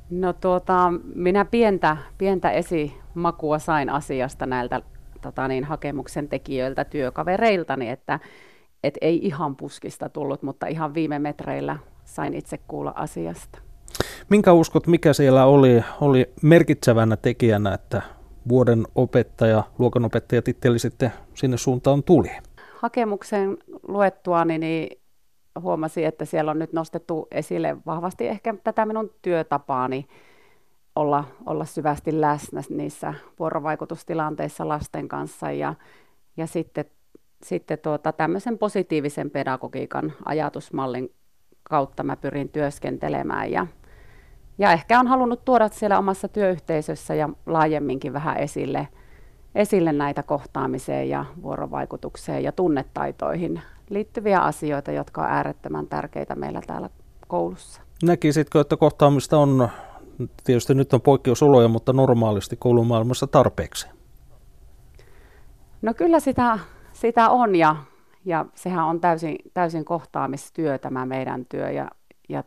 No minä pientä esimakua sain asiasta näiltä hakemuksen tekijöiltä, työkavereiltani, että ei ihan puskista tullut, mutta ihan viime metreillä sain itse kuulla asiasta. Minkä uskot, mikä siellä oli merkitsevänä tekijänä, että vuoden opettaja, luokanopettaja titteli sitten sinne suuntaan tuli? Hakemuksen luettuani niin huomasin, että siellä on nyt nostettu esille vahvasti ehkä tätä minun työtapaani olla syvästi läsnä niissä vuorovaikutustilanteissa lasten kanssa ja sitten tämmöisen positiivisen pedagogiikan ajatusmallin kautta mä pyrin työskentelemään ja ehkä on halunnut tuoda siellä omassa työyhteisössä ja laajemminkin vähän esille näitä kohtaamiseen ja vuorovaikutukseen ja tunnetaitoihin liittyviä asioita, jotka on äärettömän tärkeitä meillä täällä koulussa. Näkisitkö, että kohtaamista on, tietysti nyt on poikkeusoloja, mutta normaalisti koulumaailmassa tarpeeksi? No kyllä sitä on ja sehän on täysin kohtaamistyö tämä meidän työ ja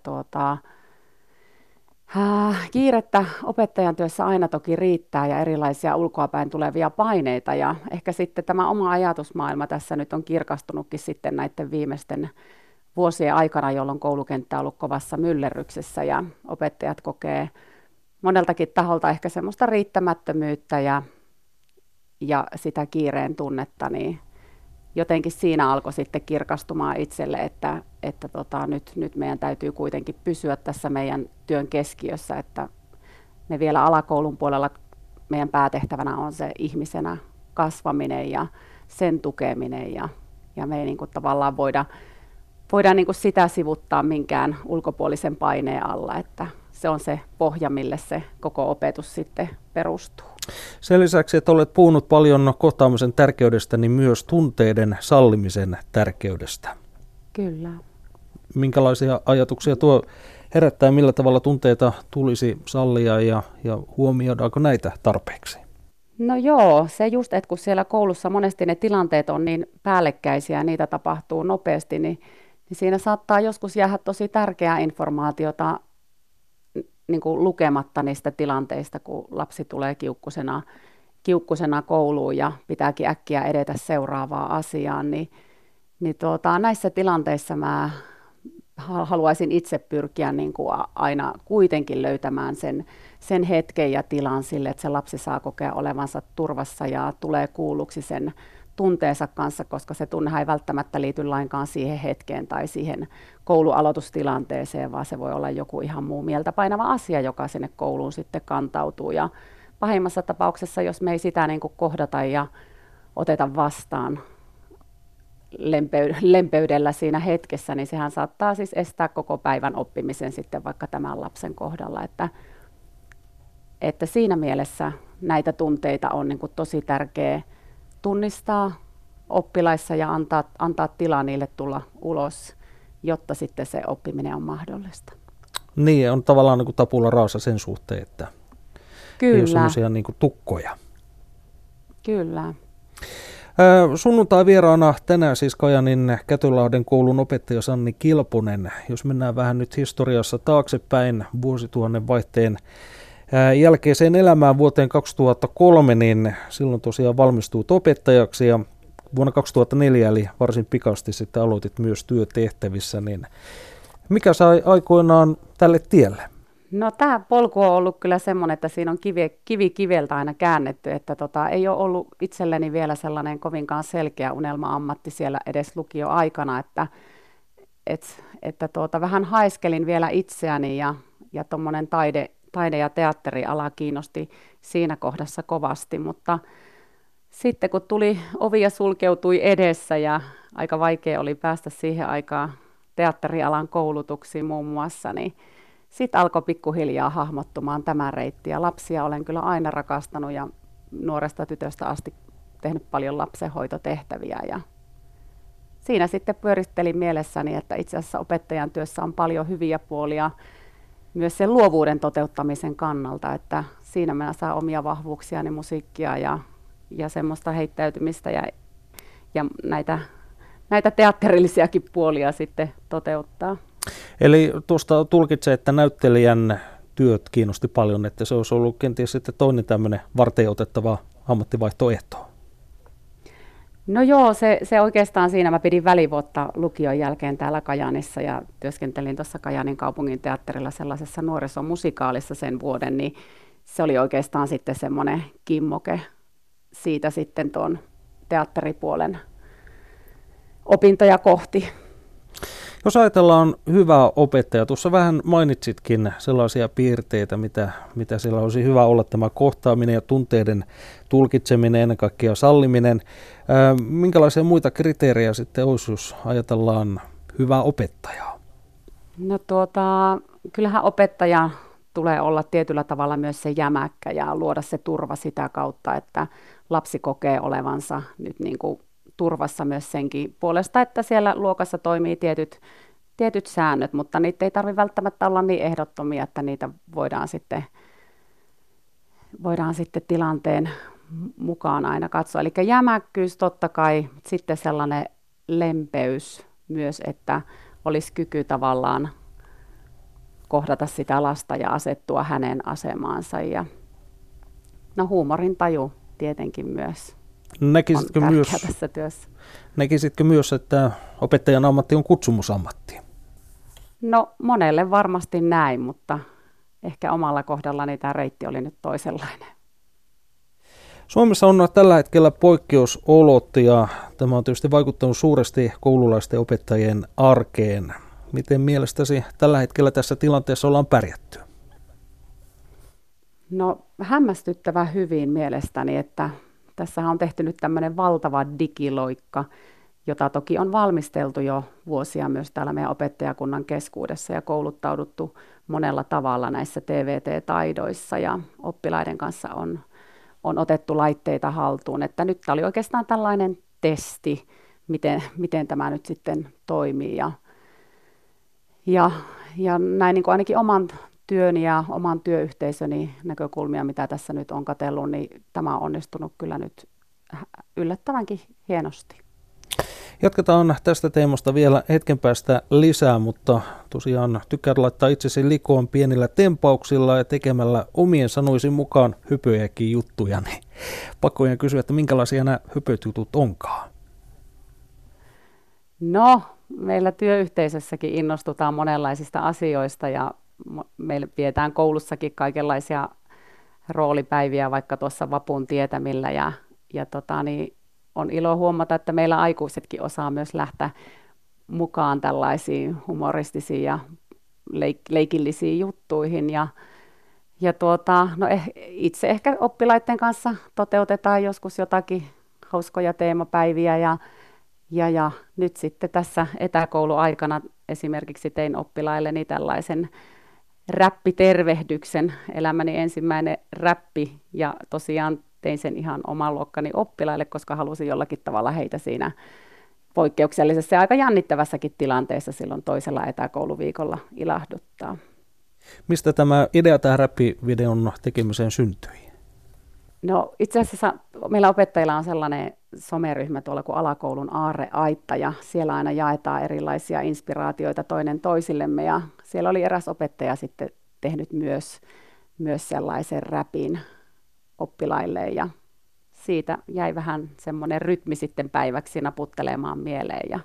kiirettä opettajan työssä aina toki riittää ja erilaisia ulkoapäin tulevia paineita ja ehkä sitten tämä oma ajatusmaailma tässä nyt on kirkastunutkin sitten näiden viimeisten vuosien aikana, jolloin koulukenttä on ollut kovassa myllerryksessä ja opettajat kokee moneltakin taholta ehkä semmoista riittämättömyyttä ja sitä kiireen tunnetta, niin jotenkin siinä alkoi sitten kirkastumaan itselle, että nyt meidän täytyy kuitenkin pysyä tässä meidän työn keskiössä, että me vielä alakoulun puolella meidän päätehtävänä on se ihmisenä kasvaminen ja sen tukeminen ja me ei niin kuin tavallaan voida niin kuin sitä sivuttaa minkään ulkopuolisen paineen alla, että se on se pohja, mille se koko opetus sitten perustuu. Sen lisäksi, että olet puhunut paljon kohtaamisen tärkeydestä, niin myös tunteiden sallimisen tärkeydestä. Kyllä. Minkälaisia ajatuksia tuo herättää, millä tavalla tunteita tulisi sallia ja huomioidaanko näitä tarpeeksi? No joo, se just, että kun siellä koulussa monesti ne tilanteet on niin päällekkäisiä ja niitä tapahtuu nopeasti, niin siinä saattaa joskus jäädä tosi tärkeää informaatiota niin kuin lukematta niistä tilanteista, kun lapsi tulee kiukkusena kouluun ja pitääkin äkkiä edetä seuraavaan asiaan, niin näissä tilanteissa mä haluaisin itse pyrkiä niin kuin aina kuitenkin löytämään sen hetken ja tilan sille, että se lapsi saa kokea olevansa turvassa ja tulee kuulluksi sen tunteensa kanssa, koska se tunnehan ei välttämättä liity lainkaan siihen hetkeen tai siihen koulualoitustilanteeseen, vaan se voi olla joku ihan muu mieltä painava asia, joka sinne kouluun sitten kantautuu. Ja pahimmassa tapauksessa, jos me ei sitä niin kuin kohdata ja oteta vastaan lempeydellä siinä hetkessä, niin sehän saattaa siis estää koko päivän oppimisen sitten vaikka tämän lapsen kohdalla. Että siinä mielessä näitä tunteita on niin kuin tosi tärkeä tunnistaa oppilaissa ja antaa tilaa niille tulla ulos, jotta sitten se oppiminen on mahdollista. Niin, on tavallaan niin kuin tabula rasa sen suhteen, että Kyllä. ei ole semmoisia niin kuin tukkoja. Kyllä. Sunnuntai vieraana tänään siis Kajaanin Kätölahden koulun opettaja Sanni Kilponen. Jos mennään vähän nyt historiassa taaksepäin vuosituhannen vaihteen jälkeiseen elämään vuoteen 2003, niin silloin tosiaan valmistuit opettajaksi ja vuonna 2004, eli varsin pikasti sitten aloitit myös työtehtävissä, niin mikä sai aikoinaan tälle tielle? No tämä polku on ollut kyllä semmoinen, että siinä on kivi kiveltä aina käännetty, että ei ole ollut itselleni vielä sellainen kovinkaan selkeä unelma-ammatti siellä edes lukioaikana, että vähän haiskelin vielä itseäni ja tuommoinen taide- ja teatteriala kiinnosti siinä kohdassa kovasti, mutta sitten kun tuli ovi ja sulkeutui edessä ja aika vaikea oli päästä siihen aikaan teatterialan koulutuksiin muun muassa, niin sitten alkoi pikkuhiljaa hahmottumaan tämä reitti ja lapsia olen kyllä aina rakastanut ja nuoresta tytöstä asti tehnyt paljon lapsenhoitotehtäviä ja siinä sitten pyörittelin mielessäni, että itse asiassa opettajan työssä on paljon hyviä puolia myös sen luovuuden toteuttamisen kannalta, että siinä minä saan omia vahvuuksiani, musiikkia ja semmoista heittäytymistä ja näitä teatterillisiakin puolia sitten toteuttaa. Eli tuosta tulkitsee, että näyttelijän työt kiinnosti paljon, että se olisi ollut kenties sitten toinen tämmöinen varteenotettava ammattivaihtoehto? No joo, se oikeastaan siinä. Mä pidin välivuotta lukion jälkeen täällä Kajaanissa ja työskentelin tuossa Kajaanin kaupungin teatterilla sellaisessa nuorisomusikaalissa sen vuoden, niin se oli oikeastaan sitten semmoinen kimmoke siitä sitten tuon teatteripuolen opintoja kohti. Jos ajatellaan hyvää opettaja, tuossa vähän mainitsitkin sellaisia piirteitä, mitä siellä olisi hyvä olla, tämä kohtaaminen ja tunteiden tulkitseminen, ennen kaikkea salliminen. Minkälaisia muita kriteerejä sitten olisi, jos ajatellaan hyvää opettajaa? No kyllähän opettaja tulee olla tietyllä tavalla myös se jämäkkä ja luoda se turva sitä kautta, että lapsi kokee olevansa nyt niin kuin turvassa myös senkin puolesta, että siellä luokassa toimii tietyt säännöt, mutta niitä ei tarvitse välttämättä olla niin ehdottomia, että niitä voidaan sitten tilanteen mukaan aina katsoa. Eli jämäkkyys totta kai, sitten sellainen lempeys myös, että olisi kyky tavallaan kohdata sitä lasta ja asettua hänen asemaansa. Ja no huumorin taju tietenkin myös Näkisitkö on tärkeää myös, tässä työssä. näkisitkö myös, että opettajan ammatti on kutsumusammatti? No monelle varmasti näin, mutta ehkä omalla kohdallani tämä reitti oli nyt toisenlainen. Suomessa on tällä hetkellä poikkeusolot ja tämä on tietysti vaikuttanut suuresti koululaisten ja opettajien arkeen. Miten mielestäsi tällä hetkellä tässä tilanteessa ollaan pärjätty? No hämmästyttävän hyvin mielestäni, että tässä on tehty nyt tämmöinen valtava digiloikka, jota toki on valmisteltu jo vuosia myös täällä meidän opettajakunnan keskuudessa ja kouluttauduttu monella tavalla näissä TVT-taidoissa ja oppilaiden kanssa on otettu laitteita haltuun. Että nyt tämä oli oikeastaan tällainen testi, miten tämä nyt sitten toimii ja näin niin kuin ainakin oman työni ja oman työyhteisöni näkökulmia, mitä tässä nyt on katsellut, niin tämä on onnistunut kyllä nyt yllättävänkin hienosti. Jatketaan tästä teemasta vielä hetken päästä lisää, mutta tosiaan tykkäät laittaa itsesi likoon pienillä tempauksilla ja tekemällä omien sanoisin mukaan höpöjäkin juttuja. Niin pakko kysyä, että minkälaisia nämä höpöt jutut onkaan? No, meillä työyhteisössäkin innostutaan monenlaisista asioista ja meillä pidetään koulussakin kaikenlaisia roolipäiviä vaikka tuossa vapun tietämillä ja on ilo huomata, että meillä aikuisetkin osaa myös lähteä mukaan tällaisiin humoristisiin ja leikillisiin juttuihin itse ehkä oppilaiden kanssa toteutetaan joskus jotakin hauskoja teemapäiviä ja nyt sitten tässä etäkouluaikana esimerkiksi tein oppilailleni tällaisen räppitervehdyksen, elämäni ensimmäinen räppi ja tosiaan tein sen ihan oman luokkani oppilaille, koska halusin jollakin tavalla heitä siinä poikkeuksellisessa ja aika jännittävässäkin tilanteessa silloin toisella etäkouluviikolla ilahduttaa. Mistä tämä idea tähän räppivideon tekemiseen syntyi? No itse asiassa meillä opettajilla on sellainen someryhmä tuolla kuin Alakoulun Aarreaitta ja siellä aina jaetaan erilaisia inspiraatioita toinen toisillemme ja siellä oli eräs opettaja sitten tehnyt myös sellaisen räpin oppilaille ja siitä jäi vähän semmoinen rytmi sitten päiväksi naputtelemaan mieleen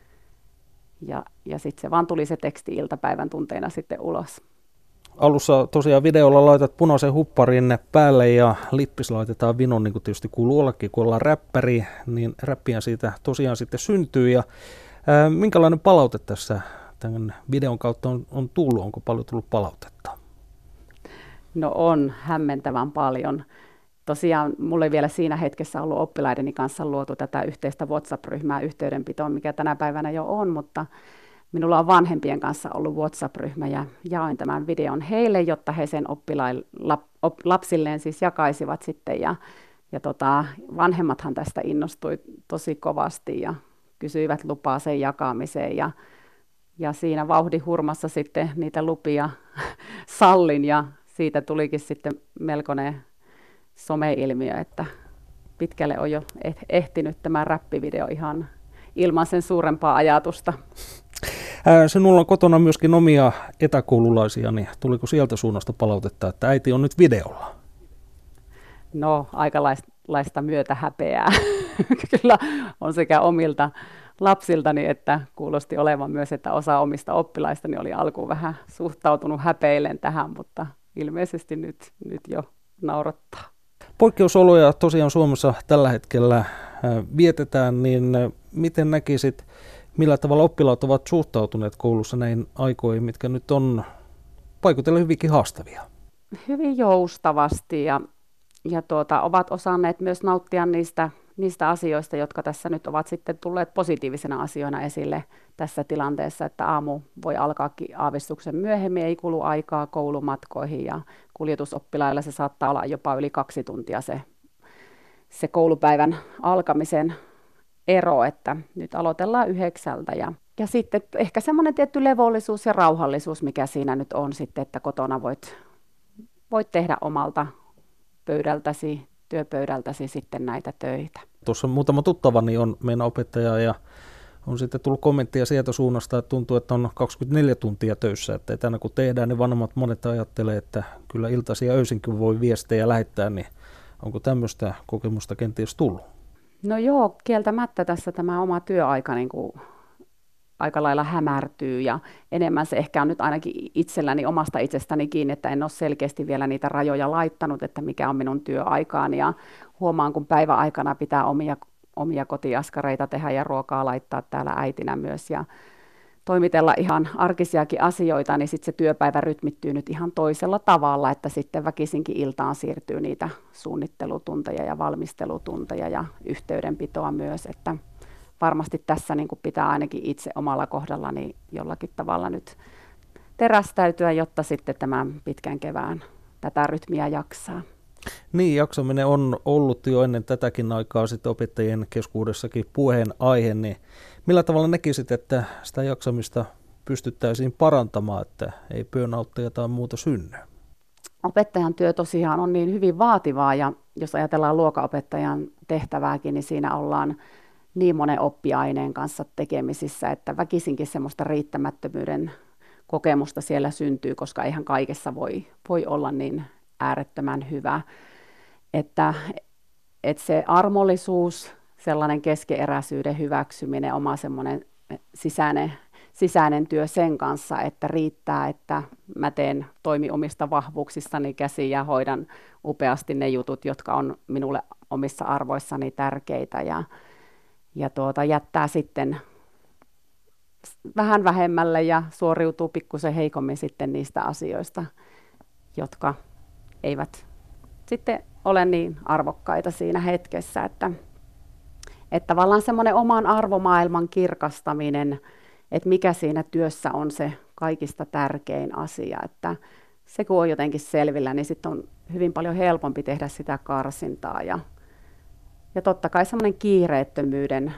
ja sitten se vaan tuli se teksti iltapäivän tunteina sitten ulos. Alussa tosiaan videolla laitat punaisen hupparin päälle ja lippis laitetaan vinon, niin kuin tietysti kuuluu ollakin, kun ollaan räppäri, niin räppiä siitä tosiaan sitten syntyy. Ja minkälainen palaute tässä tämän videon kautta on tullut? Onko paljon tullut palautetta? No on hämmentävän paljon. Tosiaan mulla ei vielä siinä hetkessä ollut oppilaideni kanssa luotu tätä yhteistä WhatsApp-ryhmää yhteydenpitoon, mikä tänä päivänä jo on, mutta minulla on vanhempien kanssa ollut WhatsApp-ryhmä ja jaoin tämän videon heille, jotta he sen lapsilleen siis jakaisivat sitten ja vanhemmathan tästä innostui tosi kovasti ja kysyivät lupaa sen jakamiseen ja siinä vauhdihurmassa sitten niitä lupia sallin ja siitä tulikin sitten melkoinen someilmiö, että pitkälle on jo ehtinyt tämä räppivideo ihan ilman sen suurempaa ajatusta. Sinulla on kotona myöskin omia etäkoululaisia, niin tuliko sieltä suunnasta palautetta, että äiti on nyt videolla? No, aikalaista myötähäpeää kyllä on sekä omilta lapsiltani, että kuulosti olevan myös, että osa omista oppilaistani oli alkuun vähän suhtautunut häpeillen tähän, mutta ilmeisesti nyt jo naurattaa. Poikkeusoloja tosiaan Suomessa tällä hetkellä vietetään, niin miten näkisit, millä tavalla oppilaat ovat suhtautuneet koulussa näihin aikoihin, mitkä nyt on paikotella hyvinkin haastavia? Hyvin joustavasti ja ovat osanneet myös nauttia niistä asioista, jotka tässä nyt ovat sitten tulleet positiivisena asioina esille tässä tilanteessa, että aamu voi alkaakin aavistuksen myöhemmin, ei kulu aikaa koulumatkoihin ja kuljetusoppilailla se saattaa olla jopa yli 2 tuntia se koulupäivän alkamisen ero, että nyt aloitellaan 9:00 ja sitten ehkä semmoinen tietty levollisuus ja rauhallisuus, mikä siinä nyt on sitten, että kotona voit tehdä omalta työpöydältäsi sitten näitä töitä. Tuossa muutama tuttavani on meidän opettaja ja on sitten tullut kommenttia sieltä suunnasta, että tuntuu, että on 24 tuntia töissä, että tänä kun tehdään, niin vanhemmat monet ajattelee, että kyllä iltaisin ja öisinkin voi viestejä lähettää, niin onko tämmöistä kokemusta kenties tullut? No joo, kieltämättä tässä tämä oma työaika niin kuin aika lailla hämärtyy ja enemmän se ehkä on nyt ainakin itselläni omasta itsestäni kiinni, että en ole selkeästi vielä niitä rajoja laittanut, että mikä on minun työaikaani ja huomaan, kun päiväaikana pitää omia kotiaskareita tehdä ja ruokaa laittaa täällä äitinä myös ja toimitella ihan arkisiakin asioita, niin sitten se työpäivä rytmittyy nyt ihan toisella tavalla, että sitten väkisinkin iltaan siirtyy niitä suunnittelutunteja ja valmistelutunteja ja yhteydenpitoa myös, että varmasti tässä niin kuin pitää ainakin itse omalla kohdallani jollakin tavalla nyt terästäytyä, jotta sitten tämän pitkän kevään tätä rytmiä jaksaa. Niin, jaksaminen on ollut jo ennen tätäkin aikaa sitten opettajien keskuudessakin puheenaihe, niin millä tavalla näkisit, että sitä jaksamista pystyttäisiin parantamaan, että ei burnoutteja tai muuta synny? Opettajan työ tosiaan on niin hyvin vaativaa ja jos ajatellaan luokanopettajan tehtävääkin, niin siinä ollaan niin monen oppiaineen kanssa tekemisissä, että väkisinkin semmoista riittämättömyyden kokemusta siellä syntyy, koska eihän kaikessa voi olla niin äärettömän hyvä. Että se armollisuus, sellainen keskeeräisyyden hyväksyminen, oma semmoinen sisäinen työ sen kanssa, että riittää, että mä toimin omista vahvuuksistani käsin ja hoidan upeasti ne jutut, jotka on minulle omissa arvoissani tärkeitä ja jättää sitten vähän vähemmälle ja suoriutuu pikkusen heikommin sitten niistä asioista, jotka eivät sitten ole niin arvokkaita siinä hetkessä, että tavallaan semmoinen oman arvomaailman kirkastaminen, että mikä siinä työssä on se kaikista tärkein asia, että se kun on jotenkin selvillä, niin sitten on hyvin paljon helpompi tehdä sitä karsintaa ja totta kai semmoinen kiireettömyyden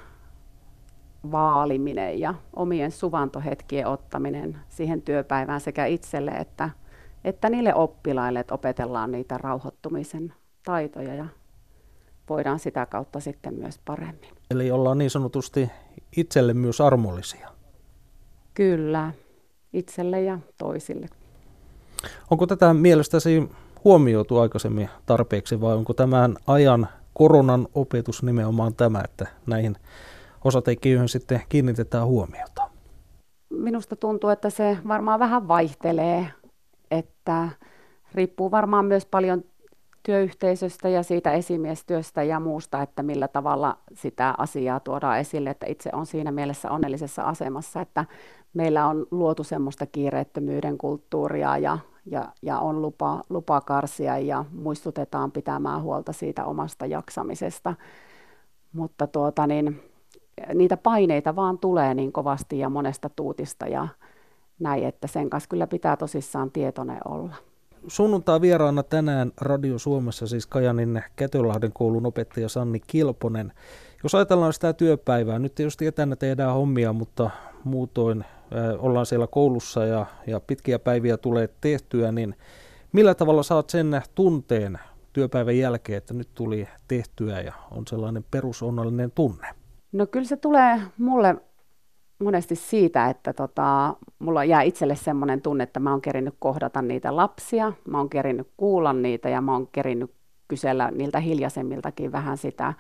vaaliminen ja omien suvantohetkien ottaminen siihen työpäivään sekä itselle että niille oppilaille, että opetellaan niitä rauhoittumisen taitoja ja voidaan sitä kautta sitten myös paremmin. Eli ollaan niin sanotusti itselle myös armollisia. Kyllä, itselle ja toisille. Onko tätä mielestäsi huomioitu aikaisemmin tarpeeksi vai onko tämän ajan koronan opetus nimenomaan tämä, että näihin osatekijöihin sitten kiinnitetään huomiota? Minusta tuntuu, että se varmaan vähän vaihtelee, että riippuu varmaan myös paljon työyhteisöstä ja siitä esimiestyöstä ja muusta, että millä tavalla sitä asiaa tuodaan esille, että itse on siinä mielessä onnellisessa asemassa, että meillä on luotu semmoista kiireettömyyden kulttuuria ja on lupa karsia ja muistutetaan pitämään huolta siitä omasta jaksamisesta, mutta niitä paineita vaan tulee niin kovasti ja monesta tuutista ja näin, että sen kanssa kyllä pitää tosissaan tietoinen olla. Sunnuntai vieraana tänään Radio Suomessa siis Kajaanin Kätölahden koulun opettaja Sanni Kilponen. Jos ajatellaan sitä työpäivää, nyt tietysti etänä tehdään hommia, mutta muutoin ollaan siellä koulussa ja pitkiä päiviä tulee tehtyä, niin millä tavalla saat sen tunteen työpäivän jälkeen, että nyt tuli tehtyä ja on sellainen perusonnellinen tunne? No kyllä se tulee mulle monesti siitä, että mulla jää itselle semmoinen tunne, että mä oon kerinnyt kohdata niitä lapsia, mä oon kerinnyt kuulla niitä ja mä oon kerinnyt kysellä niiltä hiljaisemmiltakin vähän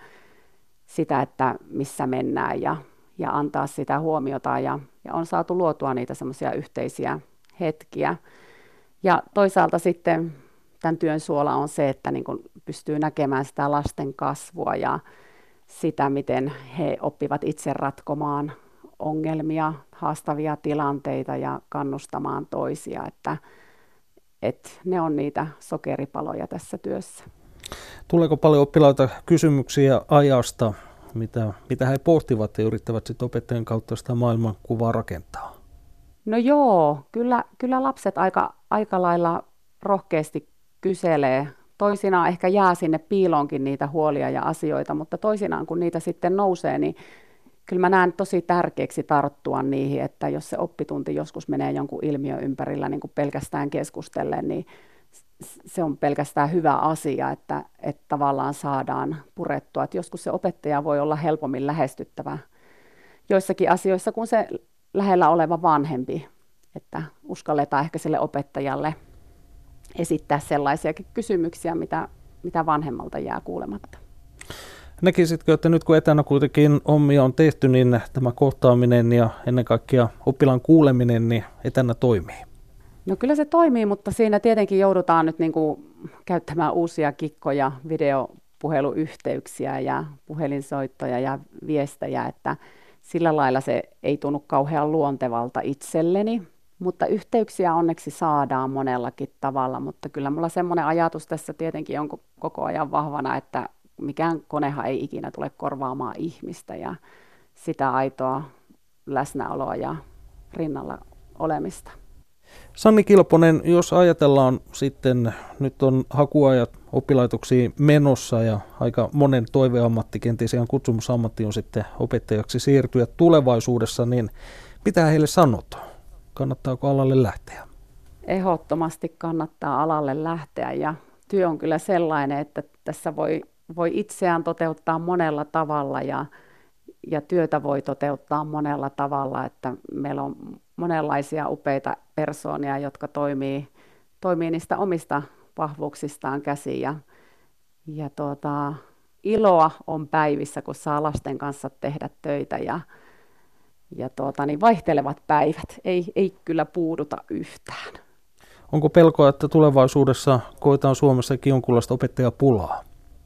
sitä että missä mennään ja antaa sitä huomiota ja on saatu luotua niitä semmoisia yhteisiä hetkiä. Ja toisaalta sitten tämän työn suola on se, että niin kun pystyy näkemään sitä lasten kasvua ja sitä, miten he oppivat itse ratkomaan ongelmia, haastavia tilanteita ja kannustamaan toisia, että ne on niitä sokeripaloja tässä työssä. Tuleeko paljon oppilaita kysymyksiä ajasta, mitä he pohtivat ja yrittävät sitten opettajan kautta sitä maailmankuvaa rakentaa? No joo, kyllä lapset aika lailla rohkeasti kyselee. Toisinaan ehkä jää sinne piiloonkin niitä huolia ja asioita, mutta toisinaan kun niitä sitten nousee, niin kyllä mä näen tosi tärkeäksi tarttua niihin, että jos se oppitunti joskus menee jonkun ilmiön ympärillä niin kuin pelkästään keskustellen, niin se on pelkästään hyvä asia, että tavallaan saadaan purettua. Että joskus se opettaja voi olla helpommin lähestyttävä joissakin asioissa kuin se lähellä oleva vanhempi, että uskalletaan ehkä sille opettajalle esittää sellaisiakin kysymyksiä, mitä vanhemmalta jää kuulematta. Näkisitkö, että nyt kun etänä kuitenkin hommia on tehty, niin tämä kohtaaminen ja ennen kaikkea oppilaan kuuleminen niin etänä toimii? No kyllä se toimii, mutta siinä tietenkin joudutaan nyt niin kuin käyttämään uusia kikkoja, videopuheluyhteyksiä ja puhelinsoittoja ja viestejä, että sillä lailla se ei tunnu kauhean luontevalta itselleni, mutta yhteyksiä onneksi saadaan monellakin tavalla, mutta kyllä mulla semmoinen ajatus tässä tietenkin on koko ajan vahvana, että mikään konehan ei ikinä tule korvaamaan ihmistä ja sitä aitoa läsnäoloa ja rinnalla olemista. Sanni Kilponen, jos ajatellaan sitten, nyt on hakuajat oppilaitoksiin menossa ja aika monen toiveammatti, kenties ihan kutsumusammatti on sitten opettajaksi siirtyä tulevaisuudessa, niin mitä heille sanotaan? Kannattaako alalle lähteä? Ehdottomasti kannattaa alalle lähteä ja työ on kyllä sellainen, että tässä voi itseään toteuttaa monella tavalla ja työtä voi toteuttaa monella tavalla, että meillä on monenlaisia upeita persoonia, jotka toimii niistä omista vahvuuksistaan käsin ja iloa on päivissä, kun saa lasten kanssa tehdä töitä ja niin vaihtelevat päivät ei kyllä puuduta yhtään. Onko pelkoa, että tulevaisuudessa koetaan Suomessakin jonkunlaista opettajapulaa?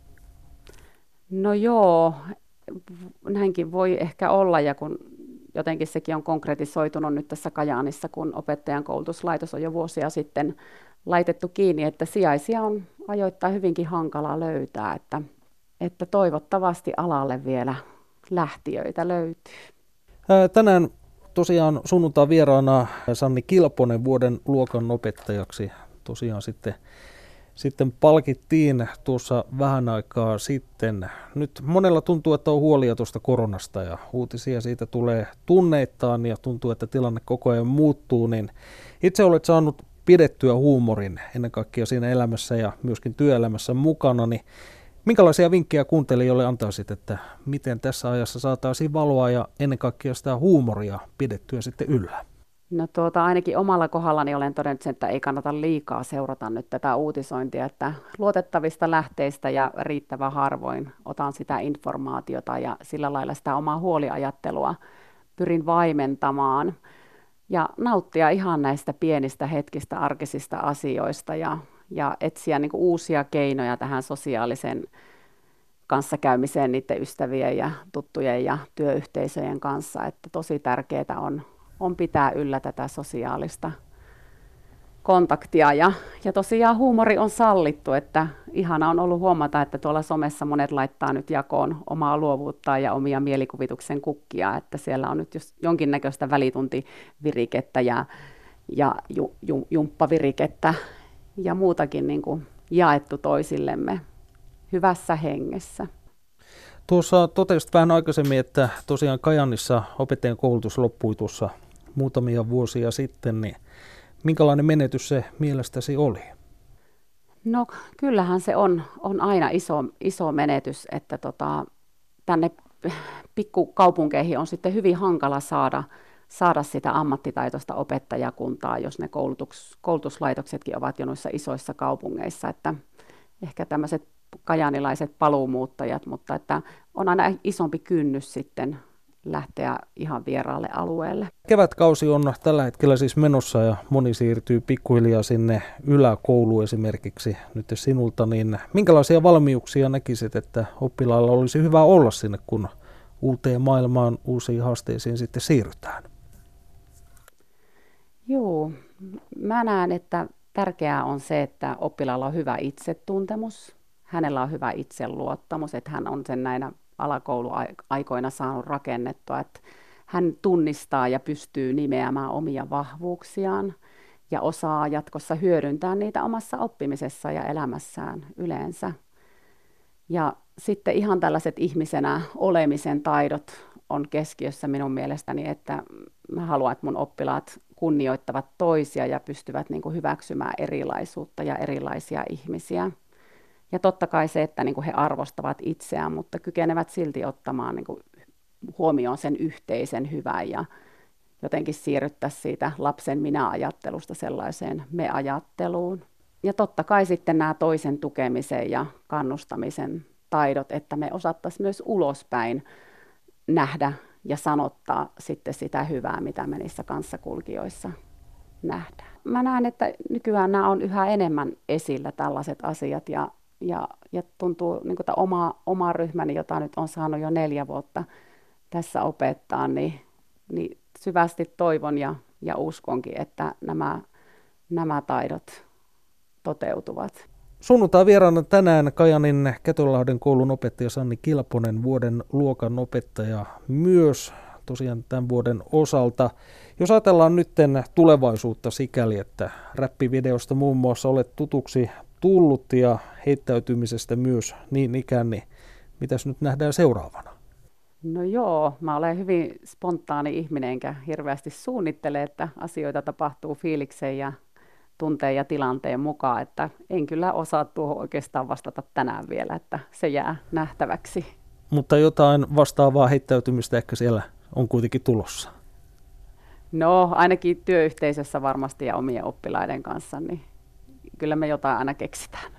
No joo, näinkin voi ehkä olla ja kun jotenkin sekin on konkretisoitunut nyt tässä Kajaanissa, kun opettajan koulutuslaitos on jo vuosia sitten laitettu kiinni, että sijaisia on ajoittain hyvinkin hankala löytää, että toivottavasti alalle vielä lähtiöitä löytyy. Tänään tosiaan sunnuntai vieraana Sanni Kilponen vuoden luokanopettajaksi tosiaan sitten palkittiin tuossa vähän aikaa sitten. Nyt monella tuntuu, että on huolia tuosta koronasta ja uutisia siitä tulee tunneittain ja tuntuu, että tilanne koko ajan muuttuu, niin itse olet saanut pidettyä huumorin ennen kaikkea siinä elämässä ja myöskin työelämässä mukana, niin minkälaisia vinkkejä kuuntelijoille antaisit, että miten tässä ajassa saataisiin valoa ja ennen kaikkea sitä huumoria pidettyä sitten yllä? No ainakin omalla kohdallani olen todennut sen, että ei kannata liikaa seurata nyt tätä uutisointia, että luotettavista lähteistä ja riittävän harvoin otan sitä informaatiota ja sillä lailla sitä omaa huoliajattelua pyrin vaimentamaan ja nauttia ihan näistä pienistä hetkistä arkisista asioista ja etsiä niin kuin uusia keinoja tähän sosiaalisen kanssakäymiseen niiden ystävien ja tuttujen ja työyhteisöjen kanssa, että tosi tärkeää on pitää yllä tätä sosiaalista kontaktia ja tosiaan huumori on sallittu, että ihana on ollut huomata, että tuolla somessa monet laittaa nyt jakoon omaa luovuuttaan ja omia mielikuvituksen kukkia, että siellä on nyt jonkinnäköistä välituntivirikettä ja jumppavirikettä ja muutakin niin kuin jaettu toisillemme hyvässä hengessä. Tuossa totesit vähän aikaisemmin, että tosiaan Kajaanissa opettajan koulutus loppui tuossa muutamia vuosia sitten, niin minkälainen menetys se mielestäsi oli? No kyllähän se on aina iso menetys, että tänne pikkukaupunkeihin on sitten hyvin hankala saada saada sitä ammattitaitoista opettajakuntaa, jos ne koulutuslaitoksetkin ovat jo noissa isoissa kaupungeissa, että ehkä tämmöiset kajaanilaiset paluumuuttajat, mutta että on aina isompi kynnys sitten lähteä ihan vieraalle alueelle. Kevätkausi on tällä hetkellä siis menossa ja moni siirtyy pikkuhiljaa sinne yläkouluun esimerkiksi nyt sinulta, niin minkälaisia valmiuksia näkisit, että oppilailla olisi hyvä olla sinne, kun uuteen maailmaan, uusiin haasteisiin sitten siirrytään? Joo, mä näen, että tärkeää on se, että oppilaalla on hyvä itsetuntemus, hänellä on hyvä itseluottamus, että hän on sen näinä alakouluaikoina saanut rakennettua, että hän tunnistaa ja pystyy nimeämään omia vahvuuksiaan ja osaa jatkossa hyödyntää niitä omassa oppimisessa ja elämässään yleensä. Ja sitten ihan tällaiset ihmisenä olemisen taidot on keskiössä minun mielestäni, että mä haluan, että mun oppilaat kunnioittavat toisia ja pystyvät niin kuin hyväksymään erilaisuutta ja erilaisia ihmisiä. Ja totta kai se, että niin kuin he arvostavat itseään, mutta kykenevät silti ottamaan niin kuin huomioon sen yhteisen hyvän ja jotenkin siirryttää siitä lapsen minä-ajattelusta sellaiseen me-ajatteluun. Ja totta kai sitten nämä toisen tukemisen ja kannustamisen taidot, että me osattaisiin myös ulospäin nähdä ja sanottaa sitten sitä hyvää, mitä me niissä kanssakulkijoissa nähdään. Mä näen, että nykyään nämä on yhä enemmän esillä tällaiset asiat ja tuntuu niin kuin oma ryhmäni, jota nyt on saanut jo 4 vuotta tässä opettaa, niin syvästi toivon ja uskonkin, että nämä taidot toteutuvat. Sunnuntai vieraana tänään Kajaanin Ketolahden koulun opettaja Sanni Kilponen, vuoden luokan opettaja myös tosiaan tämän vuoden osalta. Jos ajatellaan nyt tulevaisuutta sikäli, että räppivideosta muun muassa olet tutuksi tullut ja heittäytymisestä myös niin ikään, niin mitäs nyt nähdään seuraavana? No joo, mä olen hyvin spontaani ihminen, enkä hirveästi suunnittele, että asioita tapahtuu fiiliksen ja tunteen ja tilanteen mukaan, että en kyllä osaa tuohon oikeastaan vastata tänään vielä, että se jää nähtäväksi. Mutta jotain vastaavaa heittäytymistä ehkä siellä on kuitenkin tulossa. No ainakin työyhteisössä varmasti ja omien oppilaiden kanssa, niin kyllä me jotain aina keksitään.